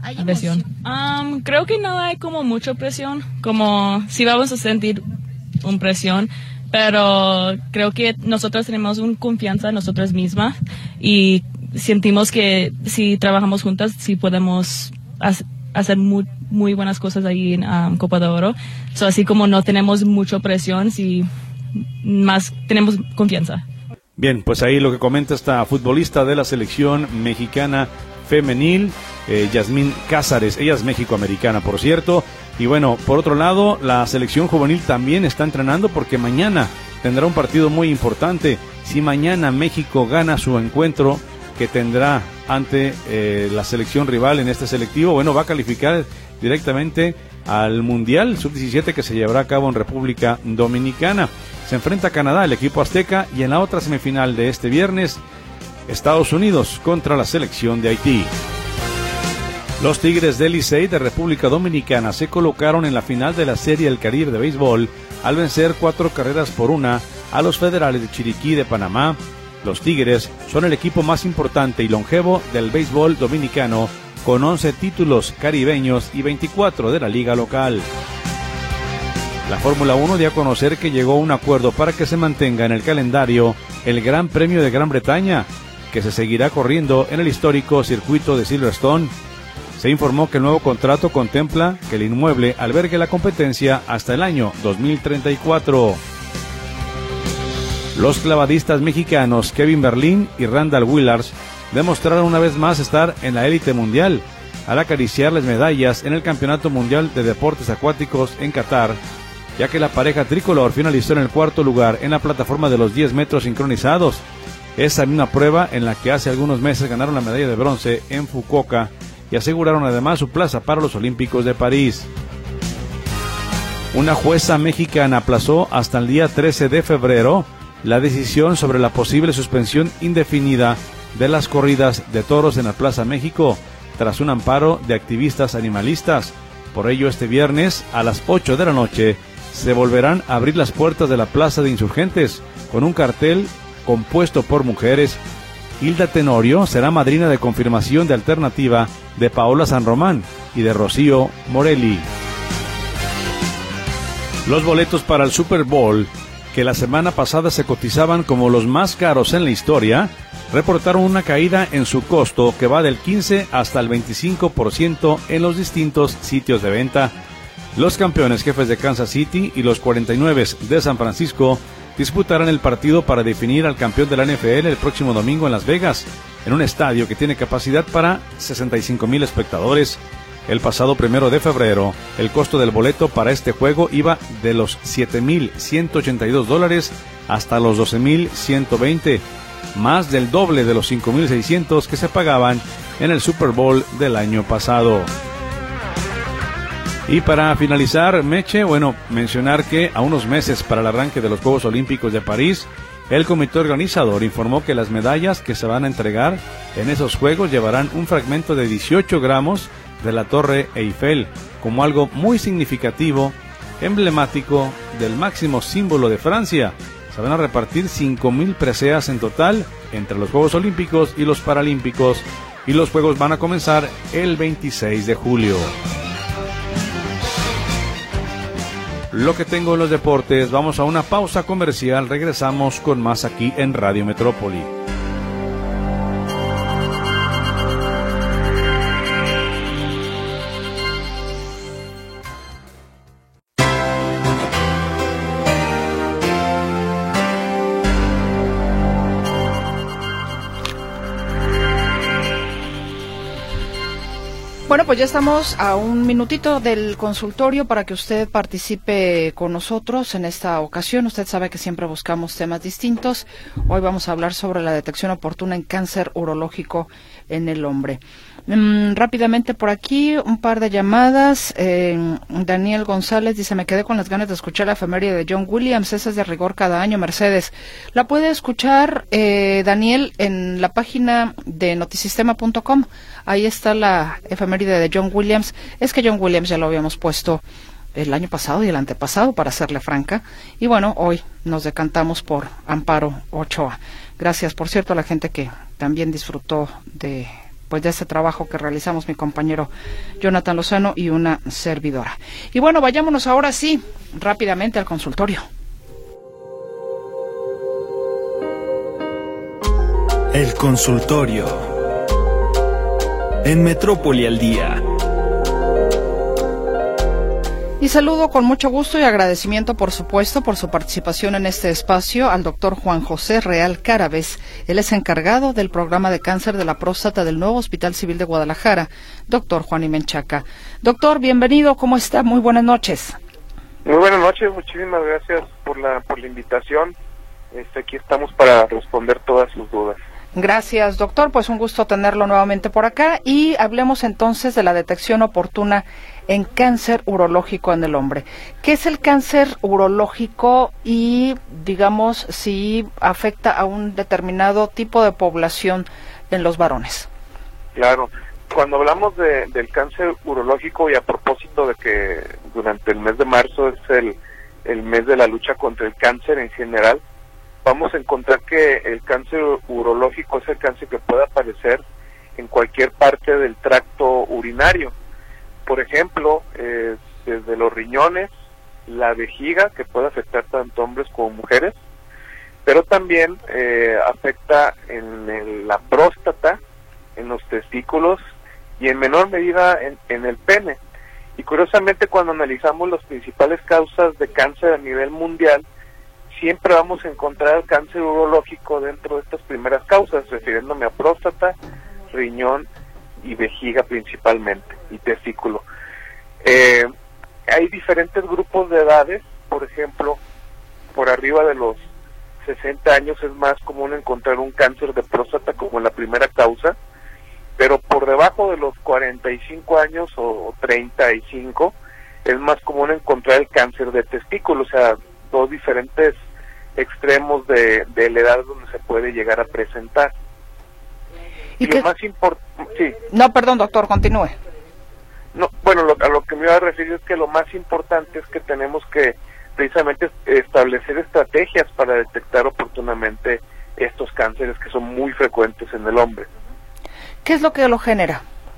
presión. Creo que no hay como mucha presión, como si vamos a sentir una presión, pero creo que nosotros tenemos una confianza en nosotras mismas y sentimos que si trabajamos juntas, sí podemos hacer muy buenas cosas ahí en Copa de Oro. So, así como no tenemos mucha presión, sí más tenemos confianza. Bien, pues ahí lo que comenta esta futbolista de la selección mexicana femenil, Yasmín Cázares. Ella es mexicoamericana, por cierto. Y bueno, por otro lado, la selección juvenil también está entrenando porque mañana tendrá un partido muy importante. Si mañana México gana su encuentro que tendrá ante la selección rival en este selectivo, bueno, va a calificar directamente al Mundial Sub-17 que se llevará a cabo en República Dominicana. Se enfrenta a Canadá, el equipo azteca, y en la otra semifinal de este viernes, Estados Unidos contra la selección de Haití. Los Tigres del Licey de República Dominicana se colocaron en la final de la Serie del Caribe de béisbol al vencer 4-1 a los Federales de Chiriquí de Panamá. Los Tigres son el equipo más importante y longevo del béisbol dominicano, con 11 títulos caribeños y 24 de la liga local. La Fórmula 1 dio a conocer que llegó a un acuerdo para que se mantenga en el calendario el Gran Premio de Gran Bretaña, que se seguirá corriendo en el histórico circuito de Silverstone. Se informó que el nuevo contrato contempla que el inmueble albergue la competencia hasta el año 2034. Los clavadistas mexicanos Kevin Berlín y Randall Willars demostraron una vez más estar en la élite mundial al acariciar las medallas en el Campeonato Mundial de Deportes Acuáticos en Qatar, ya que la pareja tricolor finalizó en el cuarto lugar en la plataforma de los 10 metros sincronizados, esa misma prueba en la que hace algunos meses ganaron la medalla de bronce en Fukuoka y aseguraron además su plaza para los Olímpicos de París. Una jueza mexicana aplazó hasta el día 13 de febrero la decisión sobre la posible suspensión indefinida de las corridas de toros en la Plaza México, tras un amparo de activistas animalistas. Por ello, este viernes a las 8 de la noche se volverán a abrir las puertas de la Plaza de Insurgentes con un cartel compuesto por mujeres. Hilda Tenorio será madrina de confirmación de alternativa de Paola San Román y de Rocío Morelli. Los boletos para el Super Bowl, que la semana pasada se cotizaban como los más caros en la historia, reportaron una caída en su costo que va del 15 hasta el 25% en los distintos sitios de venta. Los campeones jefes de Kansas City y los 49 de San Francisco disputarán el partido para definir al campeón de la NFL el próximo domingo en Las Vegas, en un estadio que tiene capacidad para 65,000 espectadores. El pasado 1 de febrero, el costo del boleto para este juego iba de los $7,182 hasta los $12,120, más del doble de los $5,600 que se pagaban en el Super Bowl del año pasado. Y para finalizar, Meche, mencionar que a unos meses para el arranque de los Juegos Olímpicos de París, el comité organizador informó que las medallas que se van a entregar en esos Juegos llevarán un fragmento de 18 gramos de la Torre Eiffel, como algo muy significativo, emblemático del máximo símbolo de Francia. Se van a repartir 5,000 preseas en total entre los Juegos Olímpicos y los Paralímpicos, y los Juegos van a comenzar el 26 de julio. Lo que tengo en los deportes, vamos a una pausa comercial, regresamos con más aquí en Radio Metrópoli. Bueno, pues ya estamos a un minutito del consultorio para que usted participe con nosotros en esta ocasión. Usted sabe que siempre buscamos temas distintos. Hoy vamos a hablar sobre la detección oportuna en cáncer urológico en el hombre. Rápidamente por aquí, un par de llamadas. Daniel González dice, me quedé con las ganas de escuchar la efeméride de John Williams, esa es de rigor cada año, Mercedes. La puede escuchar, Daniel, en la página de notisistema.com. Ahí está la efeméride de John Williams. Es que John Williams ya lo habíamos puesto el año pasado y el antepasado, para serle franca. Y bueno, hoy nos decantamos por Amparo Ochoa. Gracias, por cierto, a la gente que también disfrutó de de ese trabajo que realizamos mi compañero Jonathan Lozano y una servidora. Y bueno, vayámonos ahora sí, rápidamente al consultorio. El consultorio en Metrópoli al Día. Y saludo con mucho gusto y agradecimiento, por supuesto, por su participación en este espacio al doctor Juan José Real Carabes. Él es encargado del programa de cáncer de la próstata del nuevo Hospital Civil de Guadalajara, doctor Juan Imenchaca. Doctor, bienvenido, ¿cómo está? Muy buenas noches. Muy buenas noches, muchísimas gracias por la invitación. Aquí estamos para responder todas sus dudas. Gracias, doctor. Pues un gusto tenerlo nuevamente por acá y hablemos entonces de la detección oportuna en cáncer urológico en el hombre. ¿Qué es el cáncer urológico y, digamos, si afecta a un determinado tipo de población en los varones? Claro. Cuando hablamos del cáncer urológico, y a propósito de que durante el mes de marzo es el mes de la lucha contra el cáncer en general, vamos a encontrar que el cáncer urológico es el cáncer que puede aparecer en cualquier parte del tracto urinario. Por ejemplo, desde los riñones, la vejiga, que puede afectar tanto hombres como mujeres, pero también afecta en la próstata, en los testículos y en menor medida en el pene. Y curiosamente, cuando analizamos las principales causas de cáncer a nivel mundial, siempre vamos a encontrar el cáncer urológico dentro de estas primeras causas, refiriéndome a próstata, riñón y vejiga principalmente, y testículo. Hay diferentes grupos de edades, por ejemplo, por arriba de los 60 años es más común encontrar un cáncer de próstata como la primera causa, pero por debajo de los 45 años o 35 es más común encontrar el cáncer de testículo, o sea, dos diferentes extremos de la edad donde se puede llegar a presentar. Y lo más importante... Sí. No, perdón, doctor, continúe. No, bueno, a lo que me iba a referir es que lo más importante es que tenemos que precisamente establecer estrategias para detectar oportunamente estos cánceres que son muy frecuentes en el hombre. ¿Qué es lo que lo genera?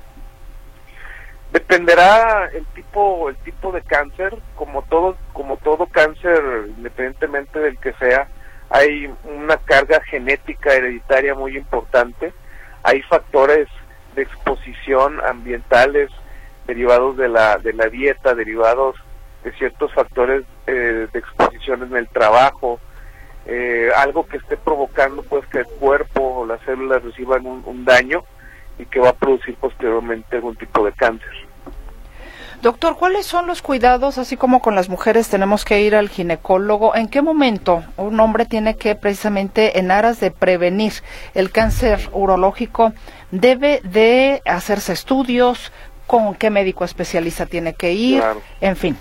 Dependerá el tipo de cáncer, como todo cáncer, independientemente del que sea, hay una carga genética hereditaria muy importante, hay factores de exposición ambientales derivados de la dieta, derivados de ciertos factores de exposición en el trabajo, algo que esté provocando pues que el cuerpo o las células reciban un daño y que va a producir posteriormente algún tipo de cáncer. Doctor, ¿cuáles son los cuidados, así como con las mujeres tenemos que ir al ginecólogo? ¿En qué momento un hombre tiene que, precisamente en aras de prevenir el cáncer urológico, debe de hacerse estudios? ¿Con qué médico especialista tiene que ir? Claro. En fin.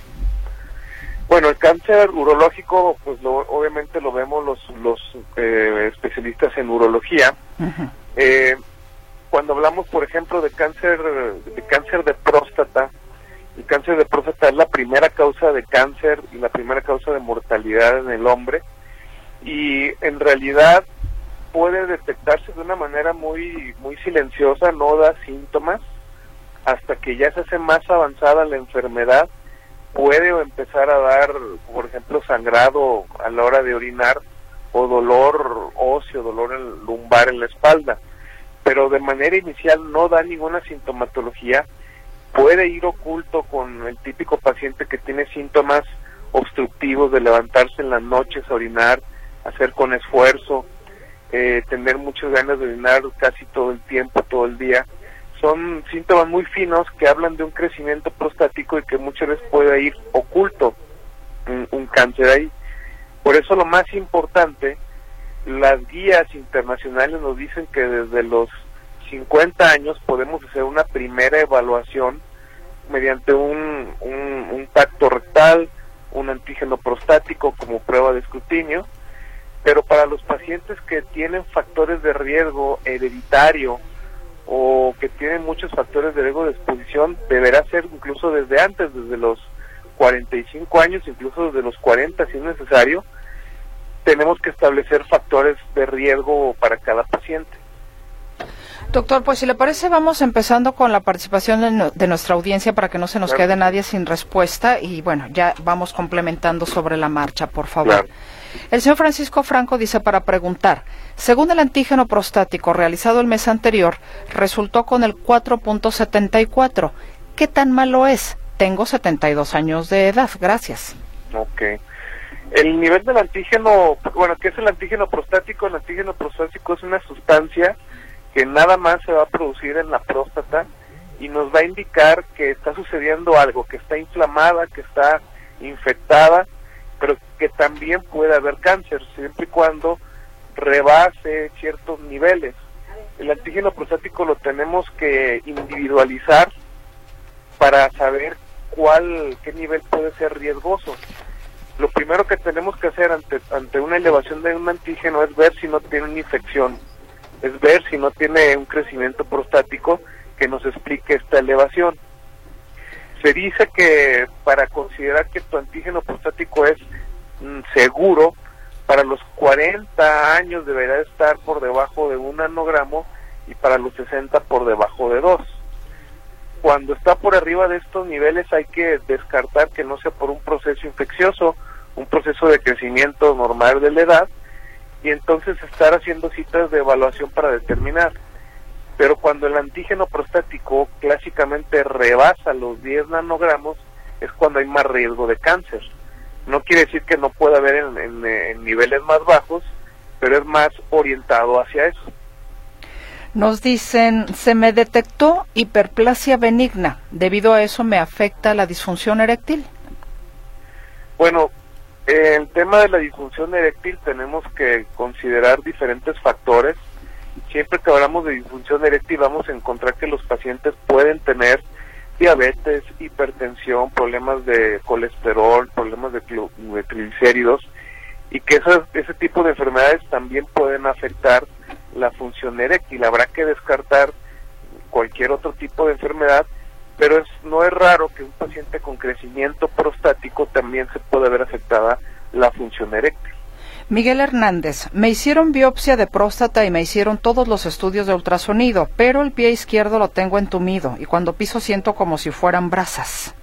Bueno, el cáncer urológico, pues obviamente lo vemos los especialistas en urología. Uh-huh. Cuando hablamos, por ejemplo, de cáncer de próstata, el cáncer de próstata es la primera causa de cáncer y la primera causa de mortalidad en el hombre, y en realidad puede detectarse de una manera muy silenciosa, no da síntomas, hasta que ya se hace más avanzada la enfermedad, puede empezar a dar, por ejemplo, sangrado a la hora de orinar, o dolor óseo, dolor lumbar en la espalda, pero de manera inicial no da ninguna sintomatología. Puede ir oculto con el típico paciente que tiene síntomas obstructivos de levantarse en las noches a orinar, hacer con esfuerzo, tener muchas ganas de orinar casi todo el tiempo, todo el día. Son síntomas muy finos que hablan de un crecimiento prostático y que muchas veces puede ir oculto un cáncer ahí. Por eso lo más importante, las guías internacionales nos dicen que desde los 50 años podemos hacer una primera evaluación mediante un tacto rectal, un antígeno prostático como prueba de escrutinio, pero para los pacientes que tienen factores de riesgo hereditario o que tienen muchos factores de riesgo de exposición, deberá ser incluso desde antes, desde los 45 años, incluso desde los 40 si es necesario. Tenemos que establecer factores de riesgo para cada paciente. Doctor, pues si le parece, vamos empezando con la participación de nuestra audiencia para que no se nos quede nadie sin respuesta y bueno, ya vamos complementando sobre la marcha, por favor. Claro. El señor Francisco Franco dice para preguntar, según el antígeno prostático realizado el mes anterior, resultó con el 4.74. ¿Qué tan malo es? Tengo 72 años de edad. Gracias. Ok. El nivel del antígeno, bueno, ¿qué es el antígeno prostático? El antígeno prostático es una sustancia que nada más se va a producir en la próstata y nos va a indicar que está sucediendo algo, que está inflamada, que está infectada, pero que también puede haber cáncer, siempre y cuando rebase ciertos niveles. El antígeno prostático lo tenemos que individualizar para saber qué nivel puede ser riesgoso. Lo primero que tenemos que hacer ante una elevación de un antígeno es ver si no tiene una infección, es ver si no tiene un crecimiento prostático que nos explique esta elevación. Se dice que para considerar que tu antígeno prostático es seguro, para los 40 años deberá estar por debajo de 1 nanogramo y para los 60 por debajo de 2. Cuando está por arriba de estos niveles hay que descartar que no sea por un proceso infeccioso, un proceso de crecimiento normal de la edad, y entonces estar haciendo citas de evaluación para determinar. Pero cuando el antígeno prostático clásicamente rebasa los 10 nanogramos, es cuando hay más riesgo de cáncer. No quiere decir que no pueda haber en niveles más bajos, pero es más orientado hacia eso. Nos dicen, se me detectó hiperplasia benigna, debido a eso me afecta la disfunción eréctil. Bueno, el tema de la disfunción eréctil tenemos que considerar diferentes factores. Siempre que hablamos de disfunción eréctil vamos a encontrar que los pacientes pueden tener diabetes, hipertensión, problemas de colesterol, problemas de triglicéridos, y que ese tipo de enfermedades también pueden afectar la función eréctil. Habrá que descartar cualquier otro tipo de enfermedad, pero no es raro que un paciente con crecimiento prostático también se pueda ver afectada la función eréctil. Miguel Hernández, me hicieron biopsia de próstata y me hicieron todos los estudios de ultrasonido, pero el pie izquierdo lo tengo entumido y cuando piso siento como si fueran brasas.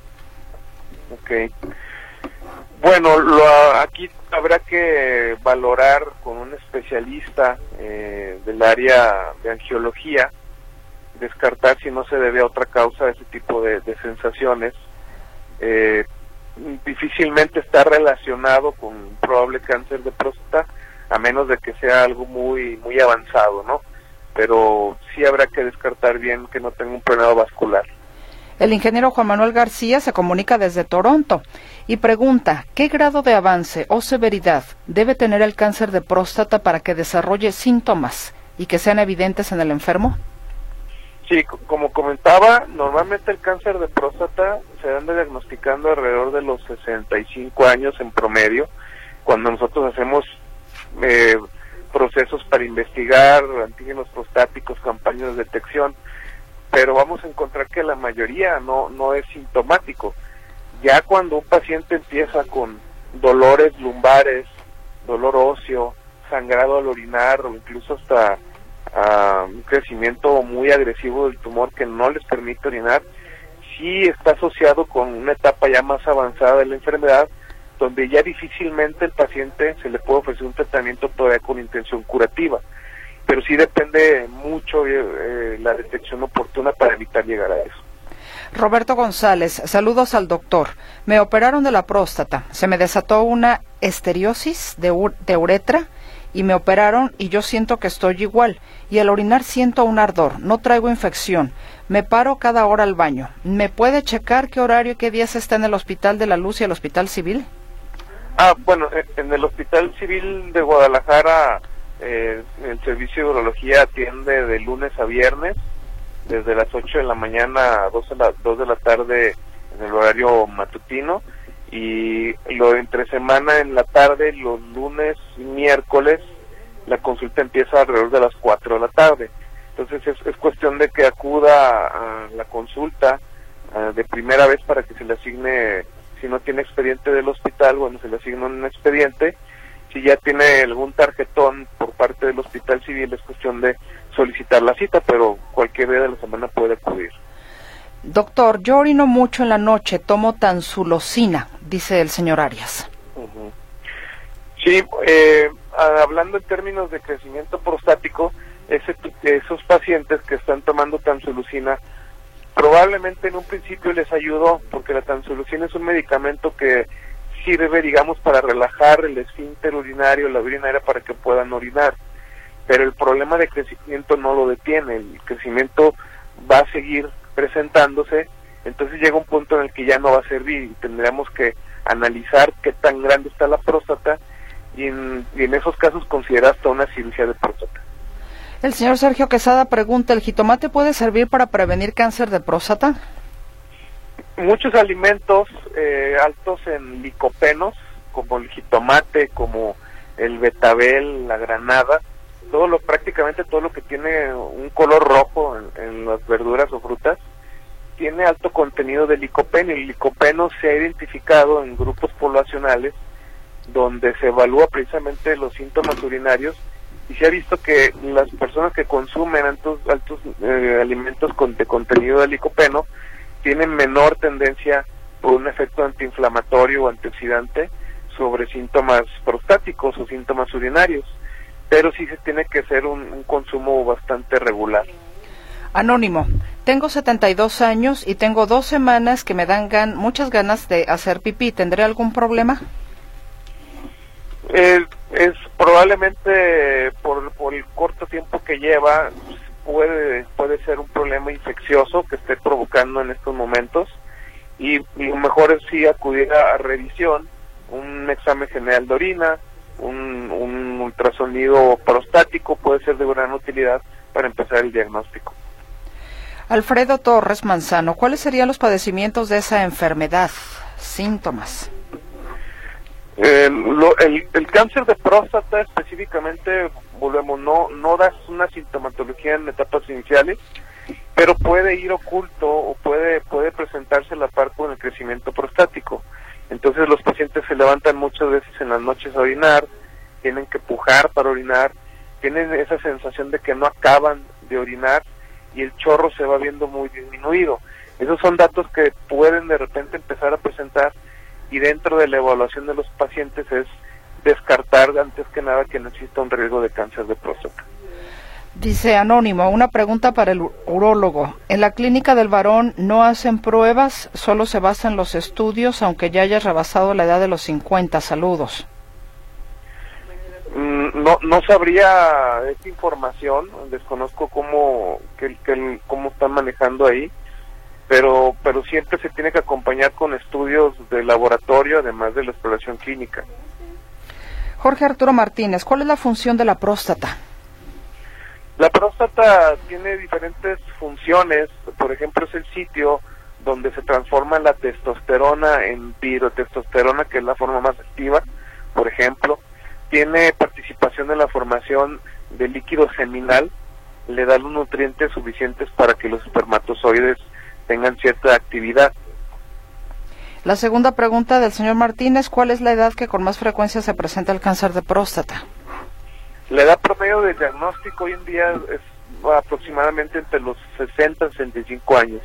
Ok. Bueno, aquí habrá que valorar con un especialista del área de angiología, descartar si no se debe a otra causa de ese tipo de sensaciones. Difícilmente está relacionado con un probable cáncer de próstata, a menos de que sea algo muy muy avanzado, ¿no? Pero sí habrá que descartar bien que no tenga un problema vascular. El ingeniero Juan Manuel García se comunica desde Toronto y pregunta, ¿qué grado de avance o severidad debe tener el cáncer de próstata para que desarrolle síntomas y que sean evidentes en el enfermo? Sí, como comentaba, normalmente el cáncer de próstata se anda diagnosticando alrededor de los 65 años en promedio, cuando nosotros hacemos procesos para investigar antígenos prostáticos, campañas de detección, pero vamos a encontrar que la mayoría no es sintomático. Ya cuando un paciente empieza con dolores lumbares, dolor óseo, sangrado al orinar o incluso hasta un crecimiento muy agresivo del tumor que no les permite orinar, sí está asociado con una etapa ya más avanzada de la enfermedad, donde ya difícilmente el paciente se le puede ofrecer un tratamiento todavía con intención curativa, pero sí depende mucho la detección oportuna para evitar llegar a eso. Roberto González, saludos al doctor. Me operaron de la próstata, se me desató una esteriosis de uretra y me operaron y yo siento que estoy igual y al orinar siento un ardor, no traigo infección, me paro cada hora al baño. ¿Me puede checar qué horario y qué días está en el Hospital de la Luz y el Hospital Civil? Bueno, en el Hospital Civil de Guadalajara el servicio de urología atiende de lunes a viernes, desde las 8 de la mañana a 2 de la tarde en el horario matutino, y lo entre semana en la tarde, los lunes y miércoles, la consulta empieza alrededor de las 4 de la tarde. Entonces es cuestión de que acuda a la consulta de primera vez para que se le asigne, si no tiene expediente del hospital, bueno, se le asigna un expediente. Si ya tiene algún tarjetón por parte del Hospital Civil, es cuestión de solicitar la cita, pero cualquier día de la semana puede acudir. Doctor, yo orino mucho en la noche, tomo tansulosina, dice el señor Arias. Uh-huh. Sí, hablando en términos de crecimiento prostático, esos pacientes que están tomando tansulosina, probablemente en un principio les ayudó, porque la tansulosina es un medicamento que sirve, digamos, para relajar el esfínter urinario, la urinaria, para que puedan orinar. Pero el problema de crecimiento no lo detiene, el crecimiento va a seguir presentándose, entonces llega un punto en el que ya no va a servir y tendríamos que analizar qué tan grande está la próstata y en esos casos considerar hasta una cirugía de próstata. El señor Sergio Quesada pregunta, ¿el jitomate puede servir para prevenir cáncer de próstata? Muchos alimentos altos en licopenos, como el jitomate, como el betabel, la granada, prácticamente todo lo que tiene un color rojo en las verduras o frutas, tiene alto contenido de licopeno, y el licopeno se ha identificado en grupos poblacionales donde se evalúa precisamente los síntomas urinarios, y se ha visto que las personas que consumen altos alimentos de contenido de licopeno tienen menor tendencia por un efecto antiinflamatorio o antioxidante sobre síntomas prostáticos o síntomas urinarios, pero sí se tiene que hacer un consumo bastante regular. Anónimo, tengo 72 años y tengo 2 semanas que me dan muchas ganas de hacer pipí, ¿tendré algún problema? Es probablemente por el corto tiempo que lleva, puede ser un problema infeccioso que esté provocando en estos momentos, y lo mejor es sí acudir a revisión, un examen general de orina, un ultrasonido prostático puede ser de gran utilidad para empezar el diagnóstico. Alfredo Torres Manzano, ¿cuáles serían los padecimientos de esa enfermedad? Síntomas. El cáncer de próstata específicamente, volvemos, no da una sintomatología en etapas iniciales, pero puede ir oculto o puede presentarse a la par con el crecimiento prostático. Entonces los pacientes se levantan muchas veces en las noches a orinar, tienen que pujar para orinar, tienen esa sensación de que no acaban de orinar y el chorro se va viendo muy disminuido. Esos son datos que pueden de repente empezar a presentar, y dentro de la evaluación de los pacientes es descartar antes que nada que no exista un riesgo de cáncer de próstata. Dice Anónimo, una pregunta para el urólogo. En la clínica del varón no hacen pruebas, solo se basan los estudios, aunque ya hayas rebasado la edad de los 50. Saludos. No sabría esta información, desconozco cómo están manejando ahí, pero siempre se tiene que acompañar con estudios de laboratorio, además de la exploración clínica. Jorge Arturo Martínez, ¿cuál es la función de la próstata? La próstata tiene diferentes funciones, por ejemplo es el sitio donde se transforma la testosterona en pirotestosterona, que es la forma más activa, por ejemplo. Tiene participación en la formación de líquido seminal, le da los nutrientes suficientes para que los espermatozoides tengan cierta actividad. La segunda pregunta del señor Martínez, ¿cuál es la edad que con más frecuencia se presenta el cáncer de próstata? La edad promedio de diagnóstico hoy en día es aproximadamente entre los 60 y 65 años.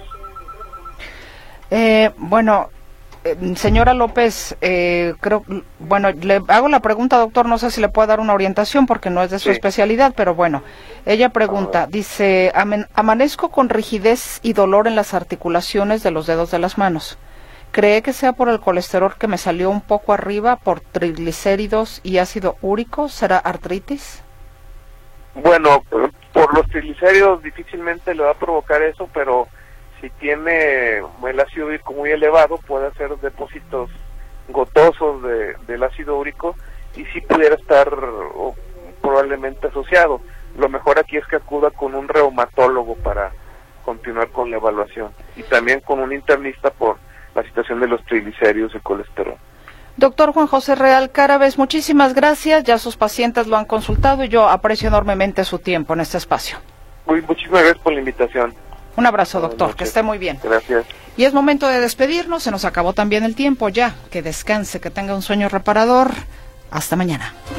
Señora López, le hago la pregunta, doctor, no sé si le puedo dar una orientación porque no es de su especialidad, pero bueno, ella pregunta, dice, amanezco con rigidez y dolor en las articulaciones de los dedos de las manos. ¿Cree que sea por el colesterol que me salió un poco arriba, por triglicéridos y ácido úrico? ¿Será artritis? Bueno, por los triglicéridos difícilmente le va a provocar eso, pero si tiene el ácido úrico muy elevado, puede hacer depósitos gotosos del ácido úrico y sí pudiera estar probablemente asociado. Lo mejor aquí es que acuda con un reumatólogo para continuar con la evaluación y también con un internista por la situación de los triglicéridos y colesterol. Doctor Juan José Real Carabes, muchísimas gracias. Ya sus pacientes lo han consultado y yo aprecio enormemente su tiempo en este espacio. Muchísimas gracias por la invitación. Un abrazo, doctor, que esté muy bien. Gracias. Y es momento de despedirnos, se nos acabó también el tiempo ya. Que descanse, que tenga un sueño reparador. Hasta mañana.